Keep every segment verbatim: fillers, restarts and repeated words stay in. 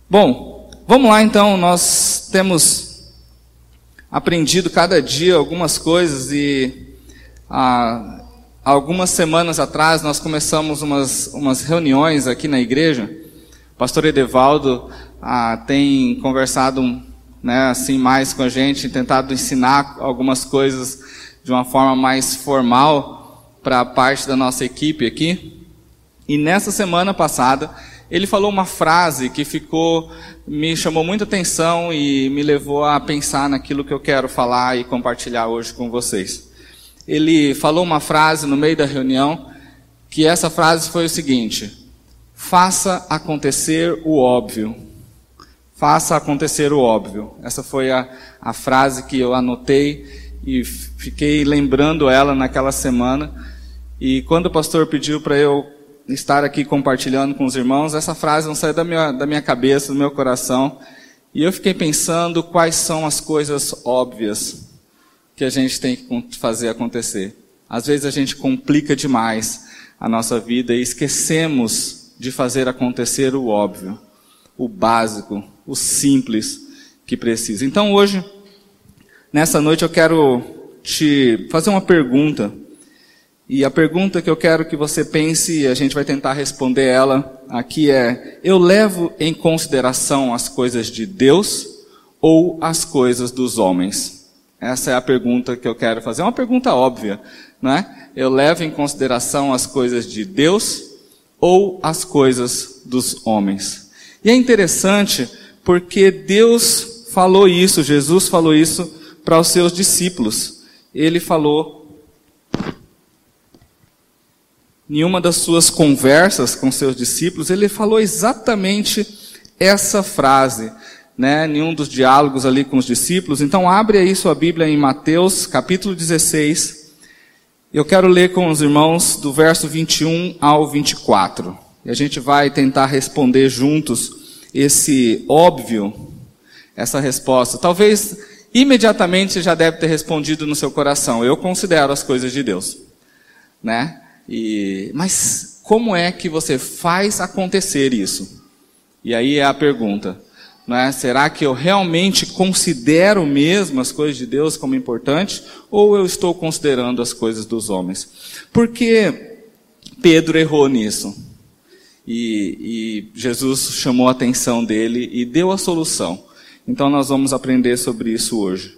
Bom, vamos lá então. Nós temos aprendido cada dia algumas coisas e há algumas semanas atrás nós começamos umas, umas reuniões aqui na igreja. O pastor Edevaldo ah, tem conversado, né, assim, mais com a gente, tentado ensinar algumas coisas de uma forma mais formal para a parte da nossa equipe aqui. E nessa semana passada, ele falou uma frase que ficou, me chamou muita atenção e me levou a pensar naquilo que eu quero falar e compartilhar hoje com vocês. Ele falou uma frase no meio da reunião, que essa frase foi o seguinte: faça acontecer o óbvio. Faça acontecer o óbvio. Essa foi a, a frase que eu anotei e fiquei lembrando ela naquela semana. E quando o pastor pediu para eu estar aqui compartilhando com os irmãos, essa frase não saiu da minha, da minha cabeça, do meu coração. E eu fiquei pensando quais são as coisas óbvias que a gente tem que fazer acontecer. Às vezes a gente complica demais a nossa vida e esquecemos de fazer acontecer o óbvio, o básico, o simples que precisa. Então hoje, nessa noite, eu quero te fazer uma pergunta. E a pergunta que eu quero que você pense, e a gente vai tentar responder ela aqui é: eu levo em consideração as coisas de Deus ou as coisas dos homens? Essa é a pergunta que eu quero fazer. É uma pergunta óbvia, não é? Eu levo em consideração as coisas de Deus ou as coisas dos homens? E é interessante porque Deus falou isso, Jesus falou isso para os seus discípulos. Ele falou, em uma das suas conversas com seus discípulos, ele falou exatamente essa frase, né, em um dos diálogos ali com os discípulos. Então abre aí sua Bíblia em Mateus, capítulo dezesseis. Eu quero ler com os irmãos do verso vinte e um ao vinte e quatro. E a gente vai tentar responder juntos esse óbvio, essa resposta. Talvez imediatamente você já deve ter respondido no seu coração: eu considero as coisas de Deus, né? E, mas como é que você faz acontecer isso? E aí é a pergunta, não é? Será que eu realmente considero mesmo as coisas de Deus como importantes, ou eu estou considerando as coisas dos homens? Porque Pedro errou nisso. E, e Jesus chamou a atenção dele e deu a solução. Então nós vamos aprender sobre isso hoje.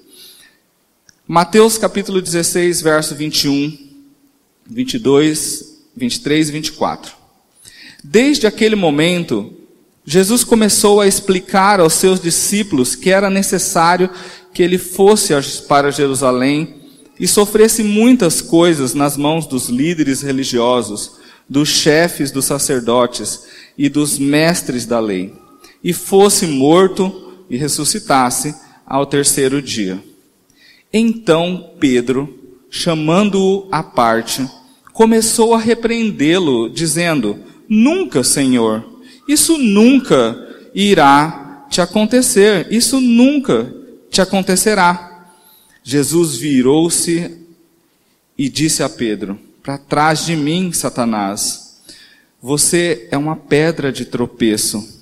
Mateus capítulo dezesseis, verso vinte e um, vinte e dois, vinte e três e vinte e quatro. Desde aquele momento, Jesus começou a explicar aos seus discípulos que era necessário que ele fosse para Jerusalém e sofresse muitas coisas nas mãos dos líderes religiosos, dos chefes dos sacerdotes e dos mestres da lei, e fosse morto e ressuscitasse ao terceiro dia. Então Pedro, chamando-o à parte, começou a repreendê-lo, dizendo: nunca, Senhor, isso nunca irá te acontecer, isso nunca te acontecerá. Jesus virou-se e disse a Pedro: para trás de mim, Satanás, você é uma pedra de tropeço.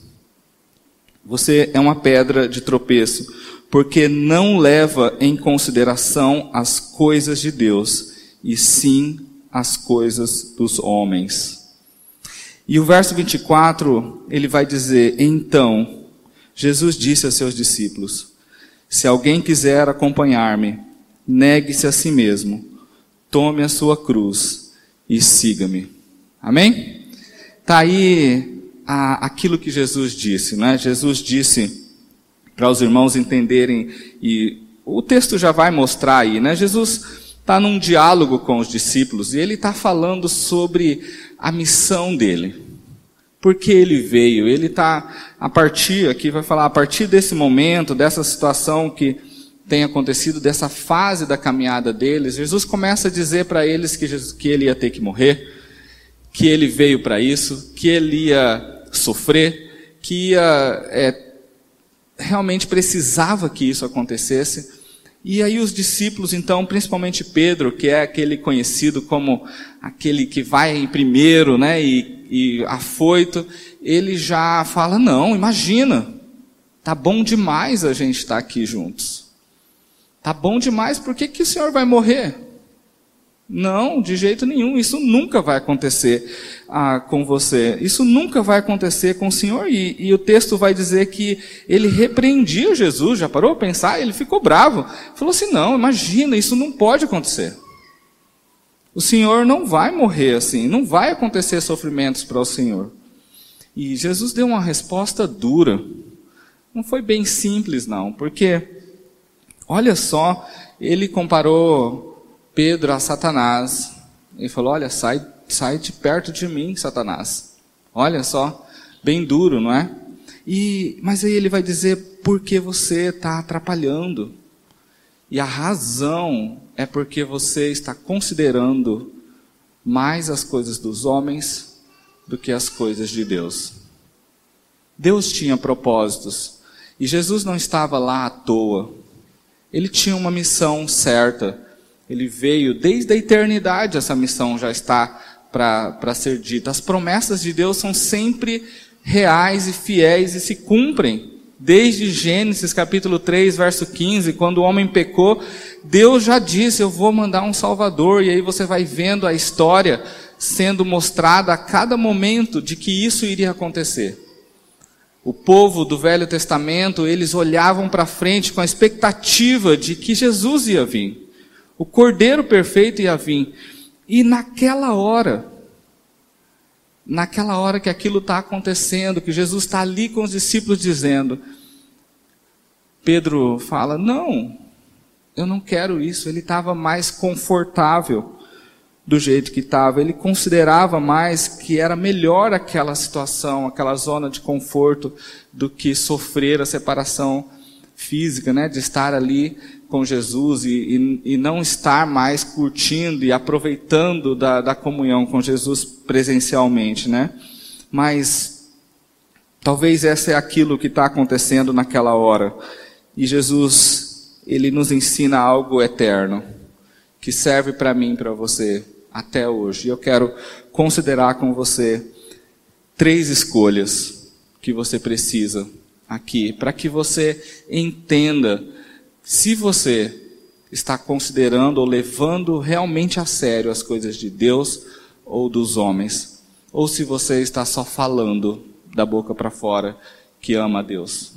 Você é uma pedra de tropeço, porque não leva em consideração as coisas de Deus, e sim as coisas dos homens. E o verso vinte e quatro, ele vai dizer: então, Jesus disse a seus discípulos: se alguém quiser acompanhar-me, negue-se a si mesmo, tome a sua cruz e siga-me. Amém? Está aí a, aquilo que Jesus disse, né? Jesus disse para os irmãos entenderem, e o texto já vai mostrar aí, né? Jesus está num diálogo com os discípulos e ele está falando sobre a missão dele. Por que ele veio? Ele está, a partir, aqui vai falar, a partir desse momento, dessa situação que tem acontecido, dessa fase da caminhada deles, Jesus começa a dizer para eles que, Jesus, que ele ia ter que morrer, que ele veio para isso, que ele ia sofrer, que ia, é, realmente precisava que isso acontecesse. E aí os discípulos, então, principalmente Pedro, que é aquele conhecido como aquele que vai em primeiro, né, e, e afoito, ele já fala: não, imagina, Tá bom demais a gente estar aqui juntos. Tá bom demais, por que que o Senhor vai morrer? Não, de jeito nenhum, isso nunca vai acontecer ah, com você. Isso nunca vai acontecer com o Senhor. E, e o texto vai dizer que ele repreendia Jesus, já parou para pensar? Ele ficou bravo. Falou assim, não, imagina, isso não pode acontecer. O Senhor não vai morrer assim, não vai acontecer sofrimentos para o Senhor. E Jesus deu uma resposta dura. Não foi bem simples não, porque, olha só, ele comparou Pedro a Satanás. Ele falou, olha, sai, sai de perto de mim, Satanás. Olha só, bem duro, não é? E, mas aí ele vai dizer, porque você está atrapalhando. E a razão é porque você está considerando mais as coisas dos homens do que as coisas de Deus. Deus tinha propósitos. E Jesus não estava lá à toa. Ele tinha uma missão certa. Ele veio, desde a eternidade essa missão já está para ser dita. As promessas de Deus são sempre reais e fiéis e se cumprem. Desde Gênesis capítulo três, verso quinze, quando o homem pecou, Deus já disse, eu vou mandar um Salvador. E aí você vai vendo a história sendo mostrada a cada momento de que isso iria acontecer. O povo do Velho Testamento, eles olhavam para frente com a expectativa de que Jesus ia vir. O Cordeiro perfeito ia vir. E naquela hora, naquela hora que aquilo está acontecendo, que Jesus está ali com os discípulos dizendo, Pedro fala, não, eu não quero isso. Ele estava mais confortável do jeito que estava. Ele considerava mais que era melhor aquela situação, aquela zona de conforto, do que sofrer a separação física, né? De estar ali com Jesus e, e, e não estar mais curtindo e aproveitando da, da comunhão com Jesus presencialmente, né? Mas talvez essa é aquilo que está acontecendo naquela hora. E Jesus, ele nos ensina algo eterno, que serve para mim e para você até hoje. E eu quero considerar com você três escolhas que você precisa aqui, para que você entenda se você está considerando ou levando realmente a sério as coisas de Deus ou dos homens, ou se você está só falando da boca para fora que ama a Deus.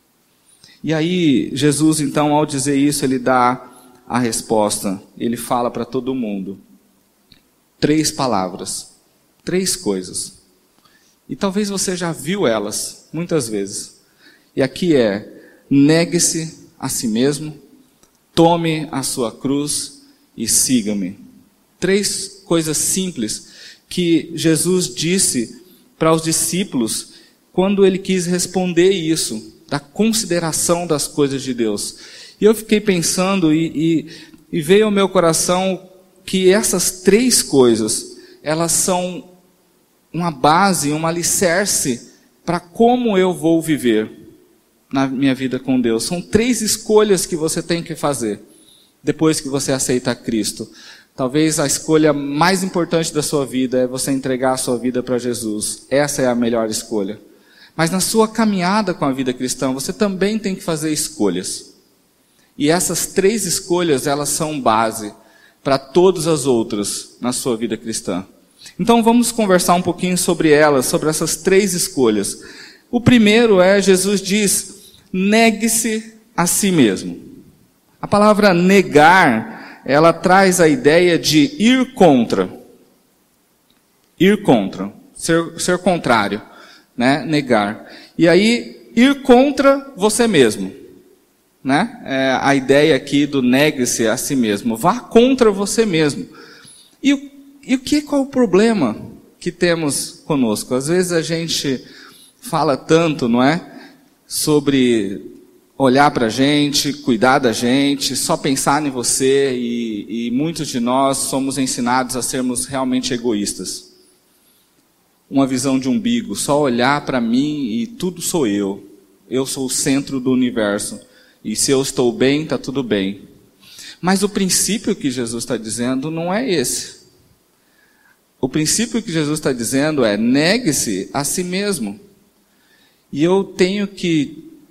E aí, Jesus, então, ao dizer isso, ele dá a resposta. Ele fala para todo mundo. Três palavras. Três coisas. E talvez você já viu elas, muitas vezes. E aqui é, negue-se a si mesmo, tome a sua cruz e siga-me. Três coisas simples que Jesus disse para os discípulos quando ele quis responder isso, da consideração das coisas de Deus. E eu fiquei pensando e, e, e veio ao meu coração que essas três coisas, elas são uma base, um alicerce para como eu vou viver na minha vida com Deus. São três escolhas que você tem que fazer depois que você aceita Cristo. Talvez a escolha mais importante da sua vida é você entregar a sua vida para Jesus. Essa é a melhor escolha. Mas na sua caminhada com a vida cristã, você também tem que fazer escolhas. E essas três escolhas, elas são base para todas as outras na sua vida cristã. Então vamos conversar um pouquinho sobre elas, sobre essas três escolhas. O primeiro é, Jesus diz, negue-se a si mesmo. A palavra negar, ela traz a ideia de ir contra. Ir contra, ser, ser contrário, né? Negar. E aí, ir contra você mesmo. Né? É a ideia aqui do negue-se a si mesmo. Vá contra você mesmo. E, e o que, qual o problema que temos conosco? Às vezes a gente fala tanto, não é? Sobre olhar para a gente, cuidar da gente, só pensar em você, e, e muitos de nós somos ensinados a sermos realmente egoístas. Uma visão de umbigo, só olhar para mim e tudo sou eu. Eu sou o centro do universo. E se eu estou bem, está tudo bem. Mas o princípio que Jesus está dizendo não é esse. O princípio que Jesus está dizendo é, negue-se a si mesmo. E eu tenho que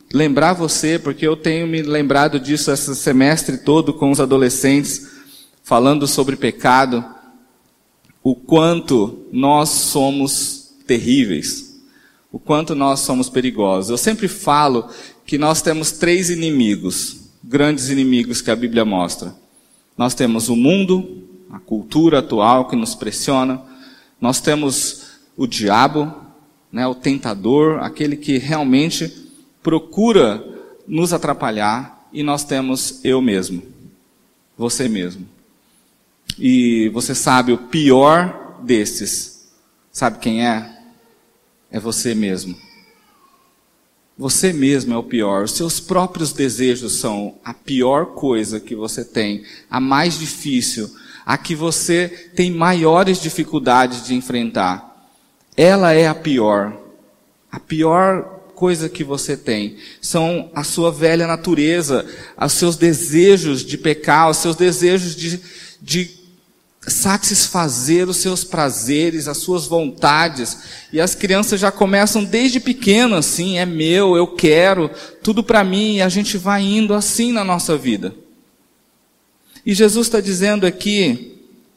lembrar você, porque eu tenho me lembrado disso esse semestre todo com os adolescentes, falando sobre pecado, o quanto nós somos terríveis, o quanto nós somos perigosos. Eu sempre falo que nós temos três inimigos, grandes inimigos que a Bíblia mostra. Nós temos o mundo, a cultura atual que nos pressiona, nós temos o diabo, né, o tentador, aquele que realmente procura nos atrapalhar, e nós temos eu mesmo, você mesmo. E você sabe, o pior desses, sabe quem é? É você mesmo. Você mesmo é o pior. Os seus próprios desejos são a pior coisa que você tem, a mais difícil, a que você tem maiores dificuldades de enfrentar. Ela é a pior. A pior coisa que você tem são a sua velha natureza, os seus desejos de pecar, os seus desejos de, de satisfazer os seus prazeres, as suas vontades. E as crianças já começam desde pequeno assim, é meu, eu quero, tudo para mim, e a gente vai indo assim na nossa vida. E Jesus está dizendo aqui,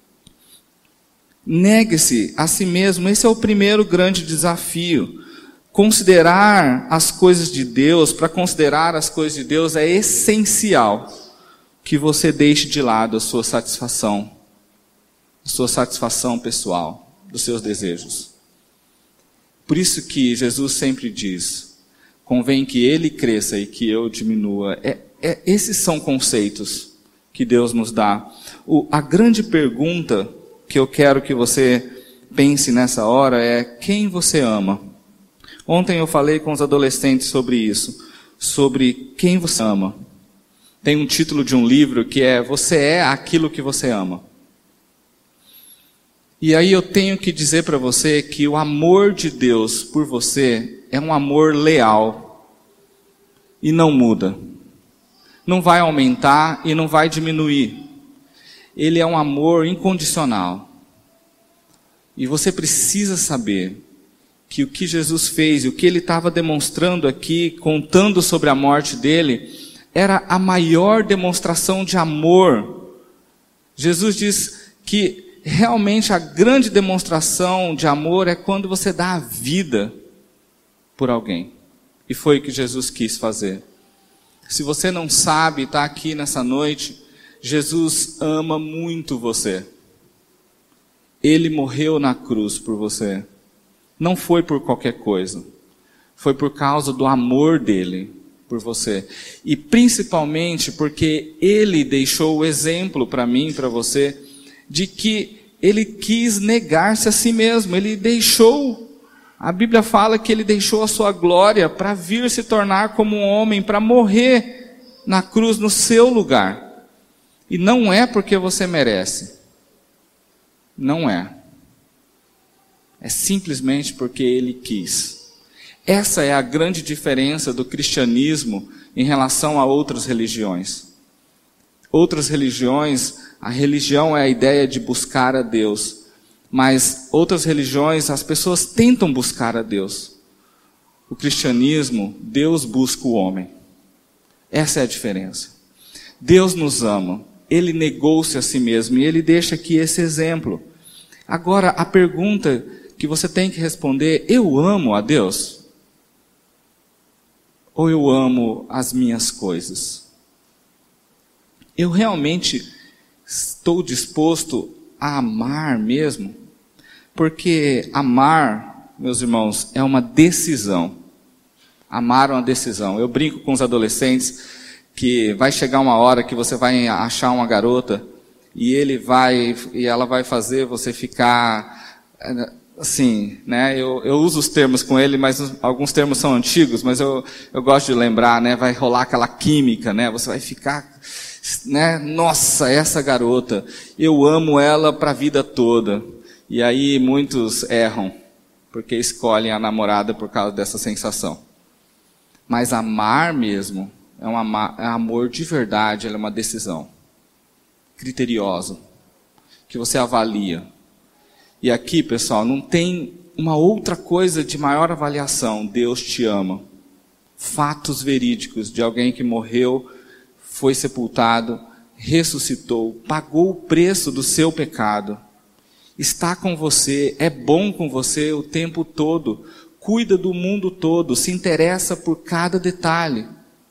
negue-se a si mesmo. Esse é o primeiro grande desafio. Considerar as coisas de Deus, para considerar as coisas de Deus é essencial que você deixe de lado a sua satisfação, a sua satisfação pessoal, dos seus desejos. Por isso que Jesus sempre diz, convém que Ele cresça e que eu diminua. É, é, esses são conceitos que Deus nos dá. O, a grande pergunta que eu quero que você pense nessa hora é, quem você ama? Ontem eu falei com os adolescentes sobre isso, sobre quem você ama. Tem um título de um livro que é, você é aquilo que você ama. E aí eu tenho que dizer para você que o amor de Deus por você é um amor leal e não muda. Não vai aumentar e não vai diminuir. Ele é um amor incondicional. E você precisa saber que o que Jesus fez, e o que Ele estava demonstrando aqui, contando sobre a morte dele, era a maior demonstração de amor. Jesus diz que realmente a grande demonstração de amor é quando você dá a vida por alguém. E foi o que Jesus quis fazer. Se você não sabe, está aqui nessa noite, Jesus ama muito você. Ele morreu na cruz por você. Não foi por qualquer coisa. Foi por causa do amor dele por você. E principalmente porque ele deixou o exemplo para mim e para você de que ele quis negar-se a si mesmo. Ele deixou, a Bíblia fala que ele deixou a sua glória para vir se tornar como um homem, para morrer na cruz no seu lugar. E não é porque você merece. Não é. É simplesmente porque ele quis. Essa é a grande diferença do cristianismo em relação a outras religiões. Outras religiões, a religião é a ideia de buscar a Deus. Mas outras religiões, as pessoas tentam buscar a Deus. O cristianismo, Deus busca o homem. Essa é a diferença. Deus nos ama. Ele negou-se a si mesmo e ele deixa aqui esse exemplo. Agora, a pergunta que você tem que responder, eu amo a Deus? Ou eu amo as minhas coisas? Eu realmente estou disposto a amar mesmo? Porque amar, meus irmãos, é uma decisão. Amar é uma decisão. Eu brinco com os adolescentes que vai chegar uma hora que você vai achar uma garota e ele vai e ela vai fazer você ficar assim, né? Eu, eu uso os termos com ele, mas alguns termos são antigos, mas eu, eu gosto de lembrar, né? Vai rolar aquela química, né? Você vai ficar, né? Nossa, essa garota, eu amo ela para a vida toda. E aí muitos erram, porque escolhem a namorada por causa dessa sensação. Mas amar mesmo é um amar, é amor de verdade, ela é uma decisão criteriosa, que você avalia. E aqui, pessoal, não tem uma outra coisa de maior avaliação. Deus te ama. fatos verídicos de alguém que morreu, foi sepultado, ressuscitou, pagou o preço do seu pecado, está com você, é bom com você o tempo todo, cuida do mundo todo, se interessa por cada detalhe.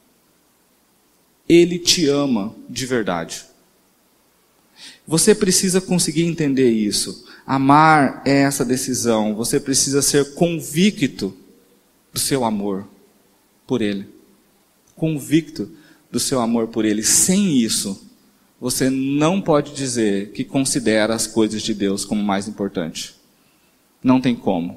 Ele te ama de verdade. Você precisa conseguir entender isso. Amar é essa decisão. Você precisa ser convicto do seu amor por Ele. Convicto do seu amor por Ele. Sem isso, você não pode dizer que considera as coisas de Deus como mais importante. Não tem como.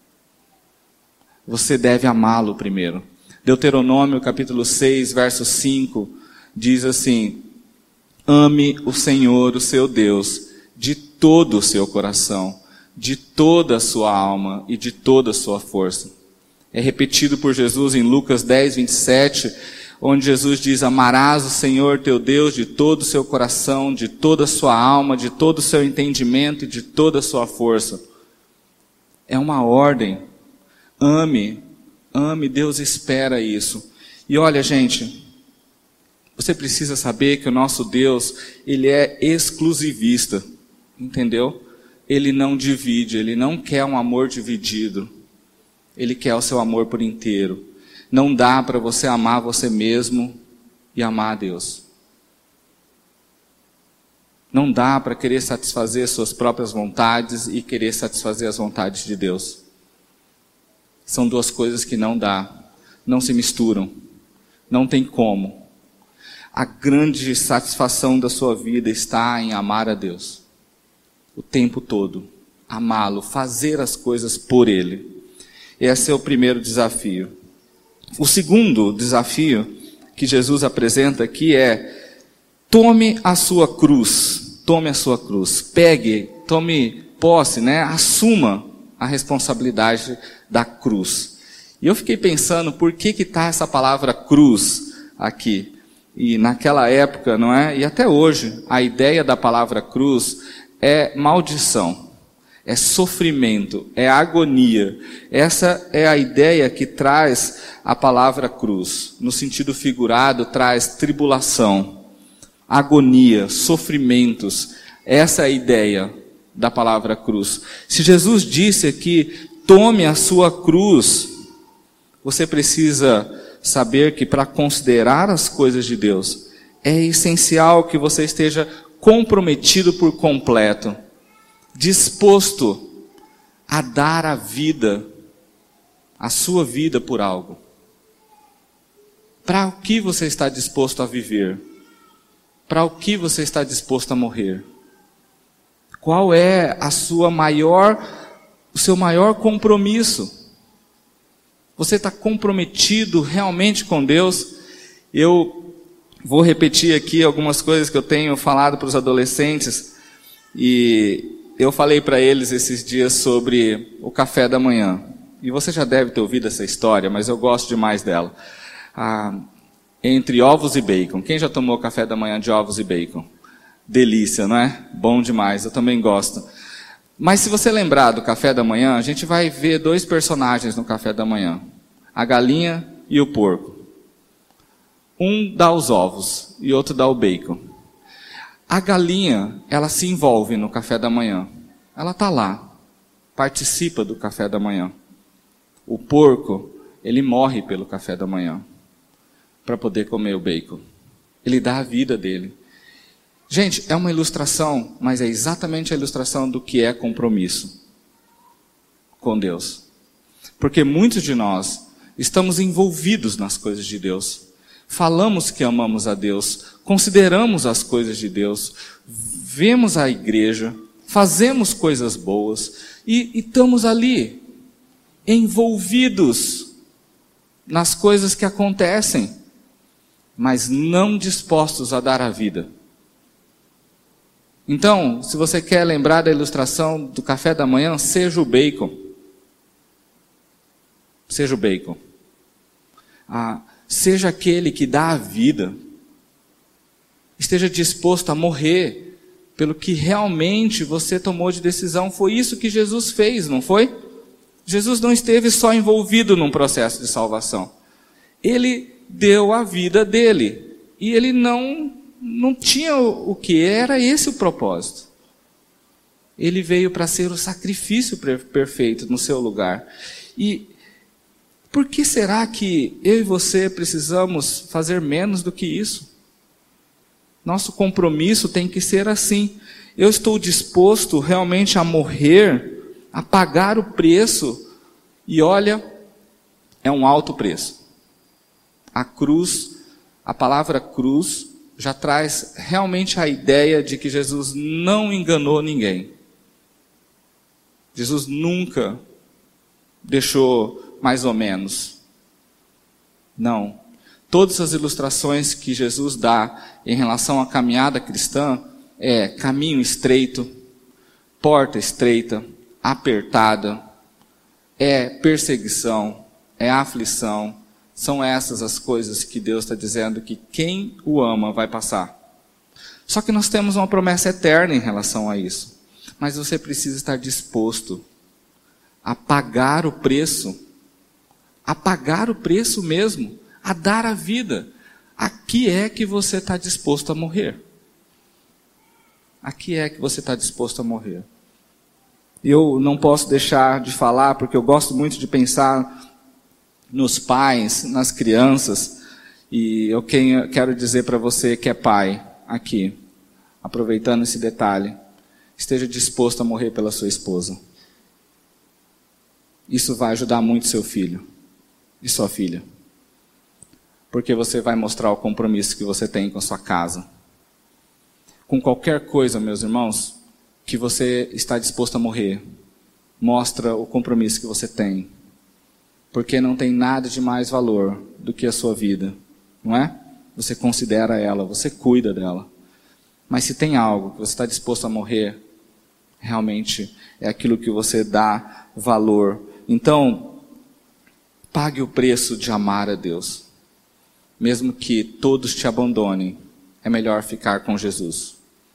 Você deve amá-lo primeiro. Deuteronômio capítulo seis, verso cinco, diz assim: ame o Senhor, o seu Deus, de todo o seu coração, de toda a sua alma e de toda a sua força. É repetido por Jesus em Lucas dez, vinte e sete, onde Jesus diz: amarás o Senhor teu Deus de todo o seu coração, de toda a sua alma, de todo o seu entendimento e de toda a sua força. É uma ordem. Ame, ame, Deus espera isso. E olha, gente, você precisa saber que o nosso Deus, Ele é exclusivista, entendeu? Ele não divide, Ele não quer um amor dividido. Ele quer o seu amor por inteiro. Não dá para você amar você mesmo e amar a Deus. Não dá para querer satisfazer suas próprias vontades e querer satisfazer as vontades de Deus. São duas coisas que não dá, não se misturam, não tem como. A grande satisfação da sua vida está em amar a Deus, o tempo todo, amá-lo, fazer as coisas por Ele. Esse é o primeiro desafio. O segundo desafio que Jesus apresenta aqui é: tome a sua cruz, tome a sua cruz, pegue, tome posse, né? Assuma a responsabilidade da cruz. E eu fiquei pensando, por que que está essa palavra cruz aqui? E naquela época, não é? E até hoje, a ideia da palavra cruz é maldição, é sofrimento, é agonia. Essa é a ideia que traz a palavra cruz. No sentido figurado, traz tribulação, agonia, sofrimentos. Essa é a ideia da palavra cruz. Se Jesus disse aqui: tome a sua cruz, você precisa saber que para considerar as coisas de Deus, é essencial que você esteja comprometido por completo, disposto a dar a vida, a sua vida por algo. Para o que você está disposto a viver? Para o que você está disposto a morrer? Qual é a sua maior, o seu maior compromisso? Você está comprometido realmente com Deus? Eu vou repetir aqui algumas coisas que eu tenho falado para os adolescentes. E eu falei para eles esses dias sobre o café da manhã. E você já deve ter ouvido essa história, mas eu gosto demais dela. Ah, entre ovos e bacon. Quem já tomou café da manhã de ovos e bacon? Delícia, não é? Bom demais, eu também gosto. Mas se você lembrar do café da manhã, a gente vai ver dois personagens no café da manhã: a galinha e o porco. Um dá os ovos e outro dá o bacon. A galinha, ela se envolve no café da manhã. Ela está lá, participa do café da manhã. O porco, ele morre pelo café da manhã, para poder comer o bacon. Ele dá a vida dele. Gente, é uma ilustração, mas é exatamente a ilustração do que é compromisso com Deus. Porque muitos de nós estamos envolvidos nas coisas de Deus. Falamos que amamos a Deus, consideramos as coisas de Deus, vemos a igreja, fazemos coisas boas e, e estamos ali, envolvidos nas coisas que acontecem, mas não dispostos a dar a vida. Então, se você quer lembrar da ilustração do café da manhã, seja o bacon. Seja o bacon. Ah, seja aquele que dá a vida. Esteja disposto a morrer pelo que realmente você tomou de decisão. Foi isso que Jesus fez, não foi? Jesus não esteve só envolvido num processo de salvação. Ele deu a vida dele. E ele não, não tinha o, o que, era esse o propósito. Ele veio para ser o sacrifício perfeito no seu lugar. E por que será que eu e você precisamos fazer menos do que isso? Nosso compromisso tem que ser assim. Eu estou disposto realmente a morrer, a pagar o preço. E olha, é um alto preço. A cruz, a palavra cruz, já traz realmente a ideia de que Jesus não enganou ninguém. Jesus nunca deixou mais ou menos. Não. Todas as ilustrações que Jesus dá em relação à caminhada cristã é caminho estreito, porta estreita, apertada, é perseguição, é aflição. São essas as coisas que Deus está dizendo que quem o ama vai passar. Só que nós temos uma promessa eterna em relação a isso. Mas você precisa estar disposto a pagar o preço, a pagar o preço mesmo, a dar a vida. Aqui é que você está disposto a morrer. Aqui é que você está disposto a morrer. Eu não posso deixar de falar, porque eu gosto muito de pensar nos pais, nas crianças, e eu quero dizer para você que é pai, aqui, aproveitando esse detalhe, esteja disposto a morrer pela sua esposa. Isso vai ajudar muito seu filho e sua filha. Porque você vai mostrar o compromisso que você tem com a sua casa. Com qualquer coisa, meus irmãos, que você está disposto a morrer, mostra o compromisso que você tem. Porque não tem nada de mais valor do que a sua vida, não é? Você considera ela, você cuida dela. Mas se tem algo que você está disposto a morrer, realmente é aquilo que você dá valor. Então, pague o preço de amar a Deus. Mesmo que todos te abandonem, é melhor ficar com Jesus.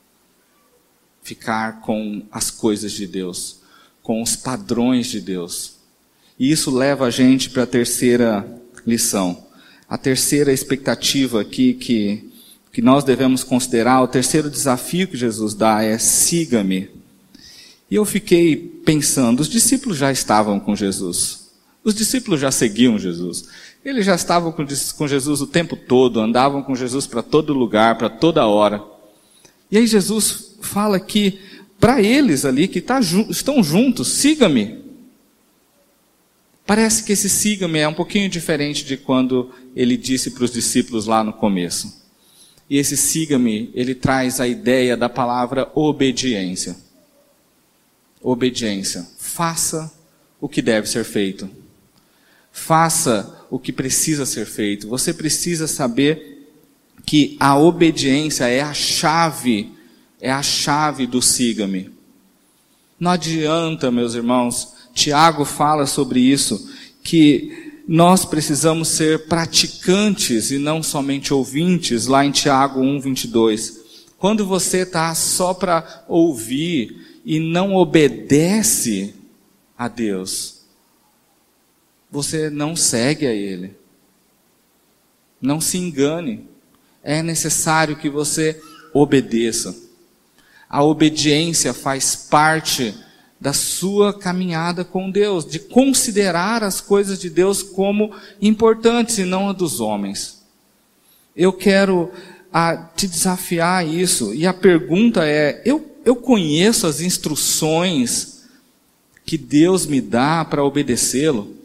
Ficar com as coisas de Deus, com os padrões de Deus. E isso leva a gente para a terceira lição. A terceira expectativa aqui que, que nós devemos considerar, o terceiro desafio que Jesus dá é: siga-me. E eu fiquei pensando, os discípulos já estavam com Jesus. Os discípulos já seguiam Jesus. Eles já estavam com, com Jesus o tempo todo, andavam com Jesus para todo lugar, para toda hora. E aí Jesus fala que, para eles ali que tá, estão juntos, siga-me. Parece que esse siga-me é um pouquinho diferente de quando ele disse para os discípulos lá no começo. E esse siga-me, ele traz a ideia da palavra obediência. Obediência. Faça o que deve ser feito. Faça o que precisa ser feito. Você precisa saber que a obediência é a chave, é a chave do siga-me. Não adianta, meus irmãos, Tiago fala sobre isso, que nós precisamos ser praticantes e não somente ouvintes, lá em Tiago um, vinte e dois. Quando você está só para ouvir e não obedece a Deus, você não segue a Ele. Não se engane. É necessário que você obedeça. A obediência faz parte da sua caminhada com Deus, de considerar as coisas de Deus como importantes e não a dos homens. Eu quero a, te desafiar a isso, e a pergunta é, eu, eu conheço as instruções que Deus me dá para obedecê-lo?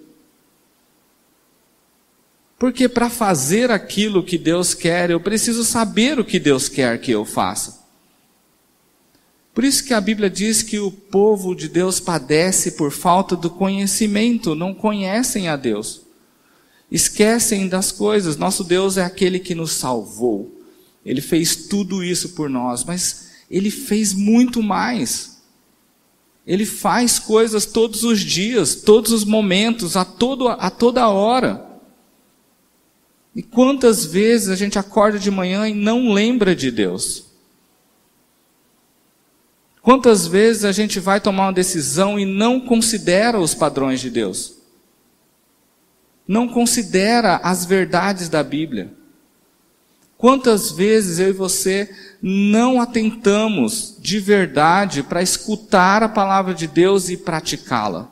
Porque para fazer aquilo que Deus quer, eu preciso saber o que Deus quer que eu faça. Por isso que a Bíblia diz que o povo de Deus padece por falta do conhecimento, não conhecem a Deus. Esquecem das coisas. Nosso Deus é aquele que nos salvou. Ele fez tudo isso por nós, mas Ele fez muito mais. Ele faz coisas todos os dias, todos os momentos, a, todo, a toda hora. E quantas vezes a gente acorda de manhã e não lembra de Deus? Quantas vezes a gente vai tomar uma decisão e não considera os padrões de Deus? não considera as verdades da Bíblia. Quantas vezes eu e você não atentamos de verdade para escutar a palavra de Deus e praticá-la?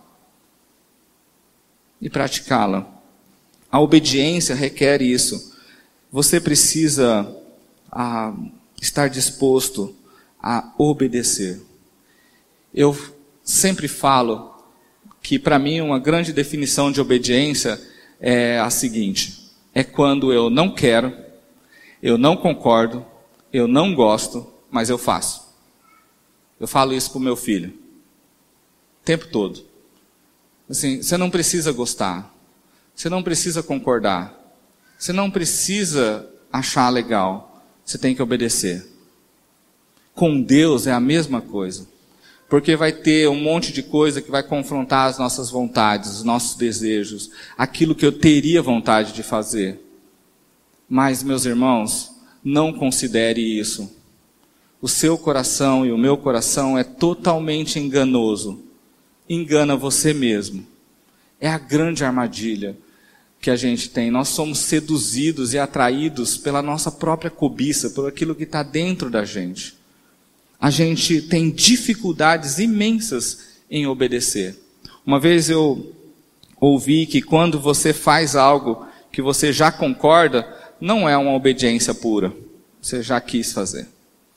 E praticá-la. A obediência requer isso. Você precisa ah, estar disposto a obedecer. Eu sempre falo que para mim uma grande definição de obediência é a seguinte: é quando eu não quero, eu não concordo, eu não gosto, mas eu faço. Eu falo isso para o meu filho o tempo todo. Assim, você não precisa gostar, você não precisa concordar, você não precisa achar legal, você tem que obedecer. Com Deus é a mesma coisa, porque vai ter um monte de coisa que vai confrontar as nossas vontades, os nossos desejos, aquilo que eu teria vontade de fazer. Mas, meus irmãos, não considere isso. O seu coração e o meu coração é totalmente enganoso. Engana você mesmo. É a grande armadilha que a gente tem. Nós somos seduzidos e atraídos pela nossa própria cobiça, por aquilo que está dentro da gente. A gente tem dificuldades imensas em obedecer. Uma vez eu ouvi que quando você faz algo que você já concorda, não é uma obediência pura. Você já quis fazer.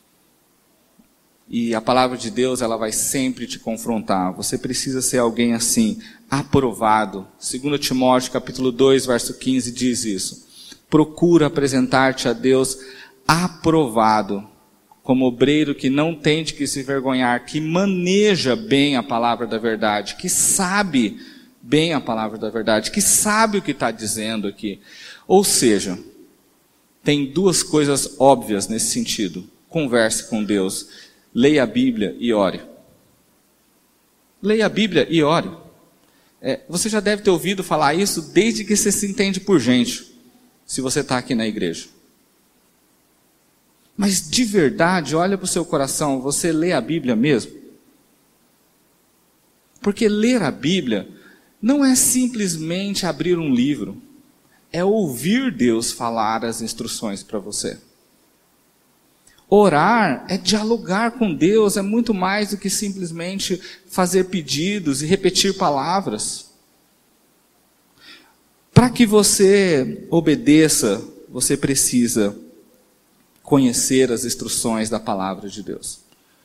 E a palavra de Deus, ela vai sempre te confrontar. Você precisa ser alguém assim, aprovado. Segundo Timóteo, capítulo dois, verso quinze, diz isso. Procura apresentar-te a Deus aprovado, como obreiro que não tem de que se vergonhar, que maneja bem a palavra da verdade, que sabe bem a palavra da verdade, que sabe o que está dizendo aqui. Ou seja, tem duas coisas óbvias nesse sentido. Converse com Deus. Leia a Bíblia e ore. Leia a Bíblia e ore. É, você já deve ter ouvido falar isso desde que você se entende por gente, se você está aqui na igreja. Mas de verdade, olha para o seu coração, você lê a Bíblia mesmo? Porque ler a Bíblia não é simplesmente abrir um livro, é ouvir Deus falar as instruções para você. Orar é dialogar com Deus, é muito mais do que simplesmente fazer pedidos e repetir palavras. Para que você obedeça, você precisa conhecer as instruções da palavra de Deus.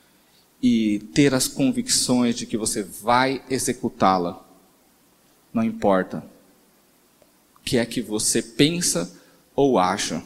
E ter as convicções de que você vai executá-la. Não importa o que é que você pensa ou acha.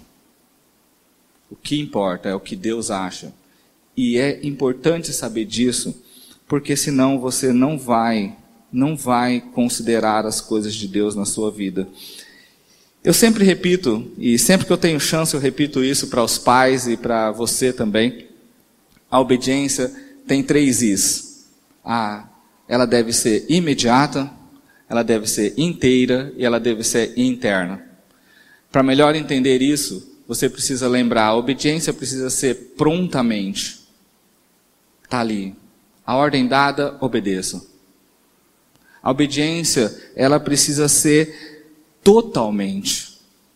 O que importa é o que Deus acha. E é importante saber disso, porque senão você não vai, não vai considerar as coisas de Deus na sua vida. Eu sempre repito, e sempre que eu tenho chance eu repito isso para os pais e para você também. A obediência tem três Is. Ah, ela deve ser imediata, ela deve ser inteira e ela deve ser interna. Para melhor entender isso, você precisa lembrar, a obediência precisa ser prontamente. Está ali. A ordem dada, obedeça. A obediência, ela precisa ser totalmente.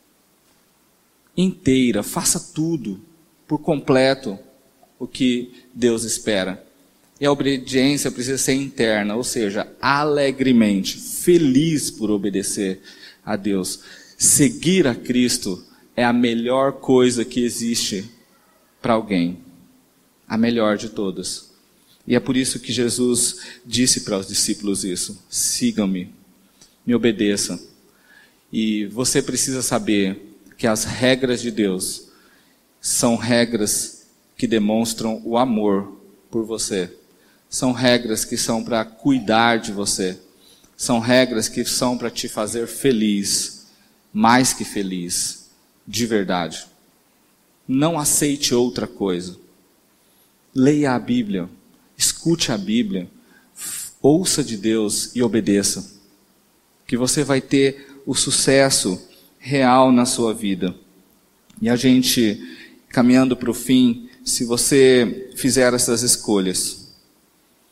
Inteira. Faça tudo, por completo, o que Deus espera. E a obediência precisa ser interna, ou seja, alegremente, feliz por obedecer a Deus. Seguir a Cristo é a melhor coisa que existe para alguém. A melhor de todas. E é por isso que Jesus disse para os discípulos isso. Sigam-me, me obedeçam. E você precisa saber que as regras de Deus são regras que demonstram o amor por você. São regras que são para cuidar de você. São regras que são para te fazer feliz, mais que feliz. De verdade. Não aceite outra coisa. Leia a Bíblia, escute a Bíblia, ouça de Deus e obedeça. Que você vai ter o sucesso real na sua vida. E a gente, caminhando para o fim, se você fizer essas escolhas,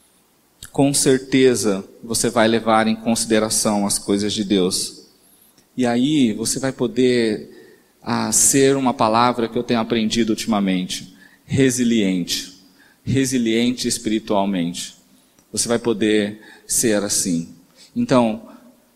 com certeza você vai levar em consideração as coisas de Deus. E aí você vai poder ah, ser uma palavra que eu tenho aprendido ultimamente, resiliente. Resiliente espiritualmente. Você vai poder ser assim. Então,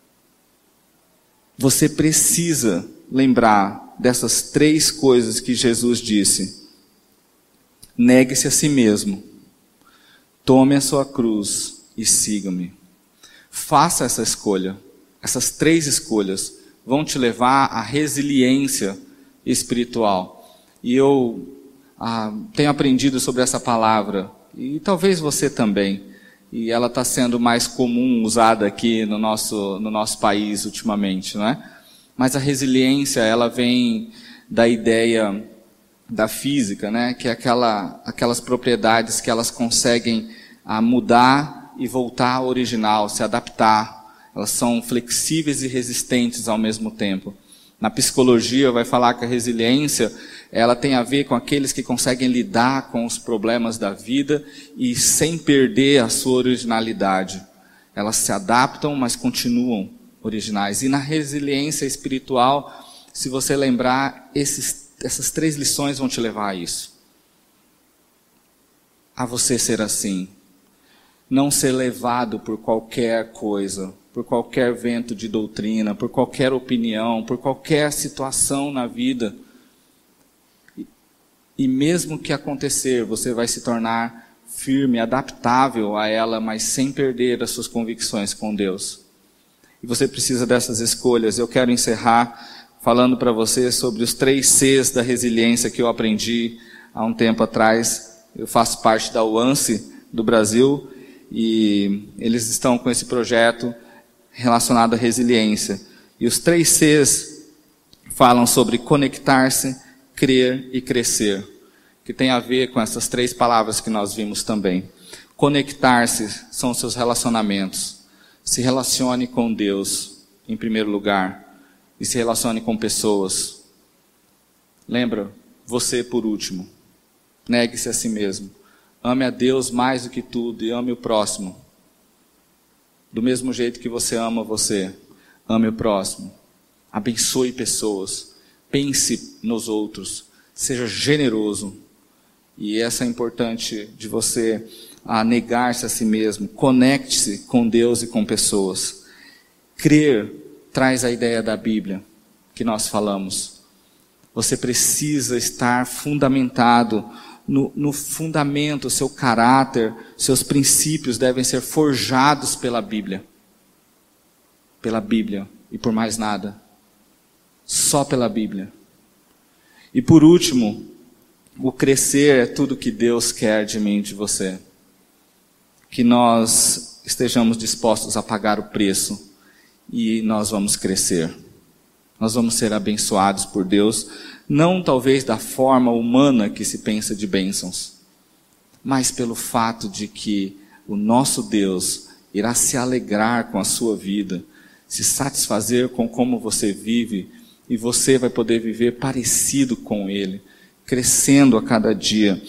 você precisa lembrar dessas três coisas que Jesus disse. Negue-se a si mesmo. Tome a sua cruz e siga-me. Faça essa escolha. Essas três escolhas vão te levar à resiliência espiritual. E eu ah, tenho aprendido sobre essa palavra, e talvez você também. E ela está sendo mais comum usada aqui no nosso, no nosso país ultimamente, não é? Mas a resiliência, ela vem da ideia da física, né? Que é aquela, aquelas propriedades que elas conseguem ah, mudar e voltar ao original, se adaptar. Elas são flexíveis e resistentes ao mesmo tempo. Na psicologia vai falar que a resiliência, ela tem a ver com aqueles que conseguem lidar com os problemas da vida e sem perder a sua originalidade. Elas se adaptam, mas continuam originais. E na resiliência espiritual, se você lembrar, esses, essas três lições vão te levar a isso. A você ser assim. Não ser levado por qualquer coisa, por qualquer vento de doutrina, por qualquer opinião, por qualquer situação na vida. E, e mesmo que acontecer, você vai se tornar firme, adaptável a ela, mas sem perder as suas convicções com Deus. E você precisa dessas escolhas. Eu quero encerrar falando para você sobre os três Cs da resiliência que eu aprendi há um tempo atrás. Eu faço parte da U A N S do Brasil e eles estão com esse projeto relacionado à resiliência. E os três Cs falam sobre conectar-se, crer e crescer, que tem a ver com essas três palavras que nós vimos também. Conectar-se são os seus relacionamentos. Se relacione com Deus, em primeiro lugar, e se relacione com pessoas. Lembra? Você por último. Negue-se a si mesmo. Ame a Deus mais do que tudo e ame o próximo. Do mesmo jeito que você ama você, ame o próximo. Abençoe pessoas. Pense nos outros. Seja generoso. E essa é importante de você a negar-se a si mesmo. Conecte-se com Deus e com pessoas. Crer traz a ideia da Bíblia que nós falamos. Você precisa estar fundamentado no, no fundamento, seu caráter, seus princípios devem ser forjados pela Bíblia. Pela Bíblia e por mais nada. Só pela Bíblia. E por último, o crescer é tudo que Deus quer de mim e de você. Que nós estejamos dispostos a pagar o preço e nós vamos crescer. Nós vamos ser abençoados por Deus, não talvez da forma humana que se pensa de bênçãos, mas pelo fato de que o nosso Deus irá se alegrar com a sua vida, se satisfazer com como você vive, e você vai poder viver parecido com Ele, crescendo a cada dia.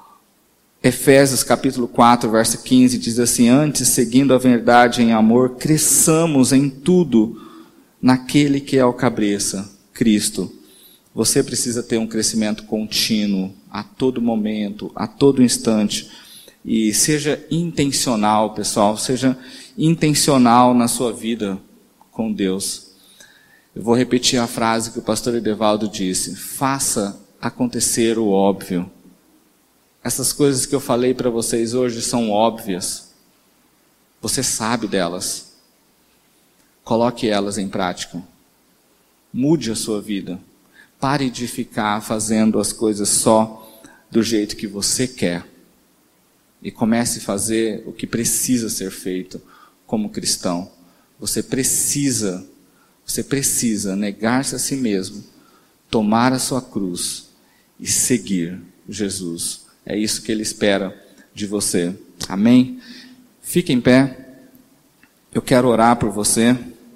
Efésios capítulo quatro, verso quinze, diz assim: antes, seguindo a verdade em amor, cresçamos em tudo naquele que é o cabeça, Cristo. Você precisa ter um crescimento contínuo, a todo momento, a todo instante. E seja intencional, pessoal, seja intencional na sua vida com Deus. Eu vou repetir a frase que o pastor Edevaldo disse: faça acontecer o óbvio. Essas coisas que eu falei para vocês hoje são óbvias. Você sabe delas. Coloque elas em prática. Mude a sua vida. Pare de ficar fazendo as coisas só do jeito que você quer. E comece a fazer o que precisa ser feito como cristão. Você precisa, você precisa negar-se a si mesmo, tomar a sua cruz e seguir Jesus. É isso que Ele espera de você. Amém? Fique em pé. Eu quero orar por você.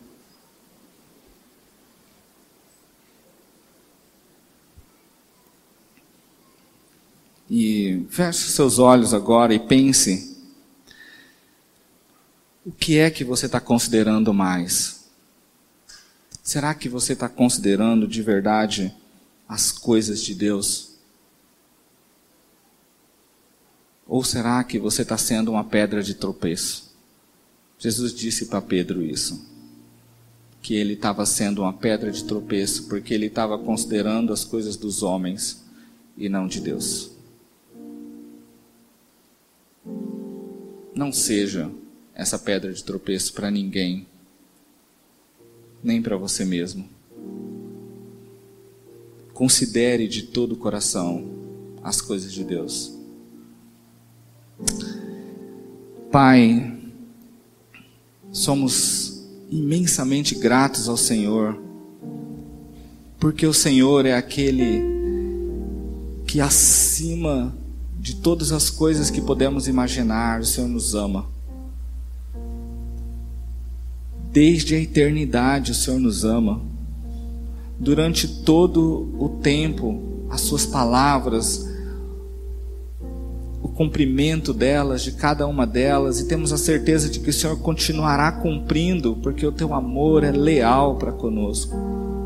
E feche seus olhos agora e pense: o que é que você está considerando mais? Será que você está considerando de verdade as coisas de Deus? Ou será que você está sendo uma pedra de tropeço? Jesus disse para Pedro isso, que ele estava sendo uma pedra de tropeço, porque ele estava considerando as coisas dos homens e não de Deus. Não seja essa pedra de tropeço para ninguém, nem para você mesmo. Considere de todo o coração as coisas de Deus. Pai, somos imensamente gratos ao Senhor, porque o Senhor é aquele que acima de todas as coisas que podemos imaginar, o Senhor nos ama. Desde a eternidade o Senhor nos ama. Durante todo o tempo, as suas palavras, o cumprimento delas, de cada uma delas, e temos a certeza de que o Senhor continuará cumprindo, porque o teu amor é leal para conosco.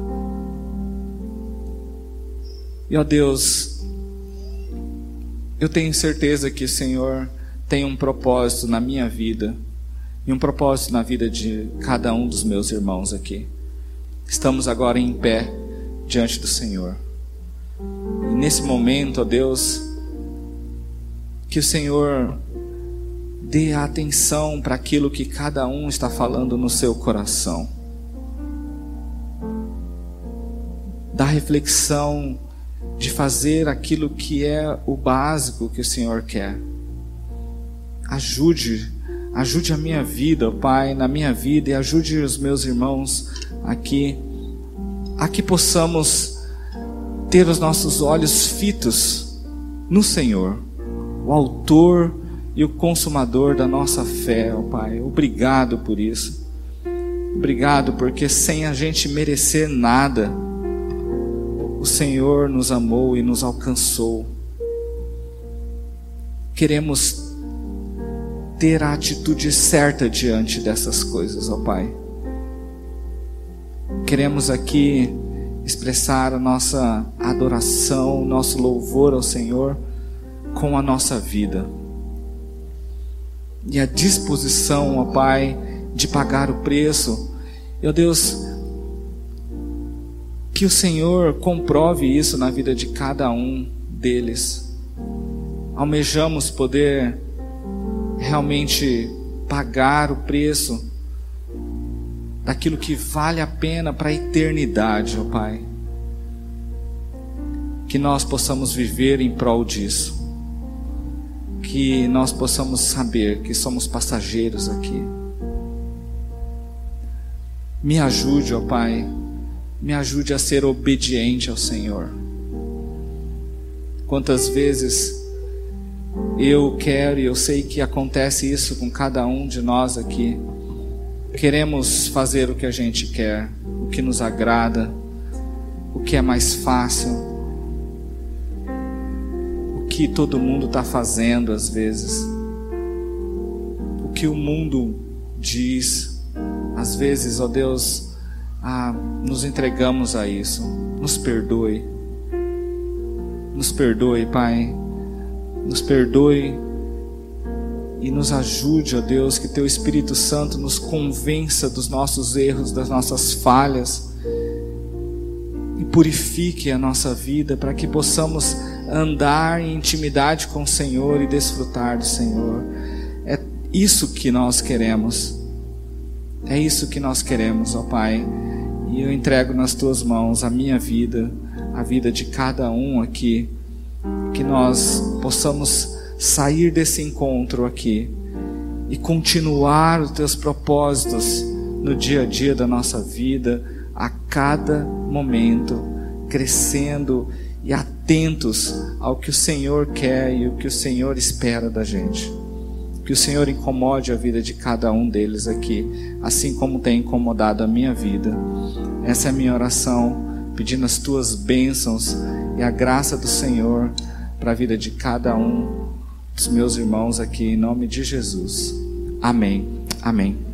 E ó Deus, eu tenho certeza que o Senhor tem um propósito na minha vida, e um propósito na vida de cada um dos meus irmãos aqui. Estamos agora em pé diante do Senhor. E nesse momento, ó Deus, que o Senhor dê atenção para aquilo que cada um está falando no seu coração. Da reflexão de fazer aquilo que é o básico que o Senhor quer. Ajude, ajude a minha vida, ó Pai, na minha vida, e ajude os meus irmãos aqui, a que possamos ter os nossos olhos fitos no Senhor, o autor e o consumador da nossa fé, ó Pai. Obrigado por isso. Obrigado porque sem a gente merecer nada, o Senhor nos amou e nos alcançou. Queremos ter a atitude certa diante dessas coisas, ó Pai. Queremos aqui expressar a nossa adoração, nosso louvor ao Senhor com a nossa vida. E a disposição, ó Pai, de pagar o preço. Ó Deus, que o Senhor comprove isso na vida de cada um deles. Almejamos poder realmente pagar o preço daquilo que vale a pena para a eternidade, ó Pai. Que nós possamos viver em prol disso. Que nós possamos saber que somos passageiros aqui. Me ajude, ó Pai, me ajude a ser obediente ao Senhor. Quantas vezes eu quero, e eu sei que acontece isso com cada um de nós aqui, queremos fazer o que a gente quer, o que nos agrada, o que é mais fácil, o que todo mundo está fazendo às vezes, o que o mundo diz. Às vezes, ó Deus, ah, nos entregamos a isso. Nos perdoe, nos perdoe, Pai, nos perdoe. E nos ajude, ó Deus, que Teu Espírito Santo nos convença dos nossos erros, das nossas falhas, e purifique a nossa vida, para que possamos andar em intimidade com o Senhor e desfrutar do Senhor. É isso que nós queremos, é isso que nós queremos, ó Pai. E eu entrego nas Tuas mãos a minha vida, a vida de cada um aqui, que nós possamos sair desse encontro aqui e continuar os Teus propósitos no dia a dia da nossa vida, a cada momento, crescendo e atentos ao que o Senhor quer e o que o Senhor espera da gente. Que o Senhor incomode a vida de cada um deles aqui, assim como tem incomodado a minha vida. Essa é a minha oração, pedindo as Tuas bênçãos e a graça do Senhor para a vida de cada um dos meus irmãos aqui, em nome de Jesus. Amém. Amém.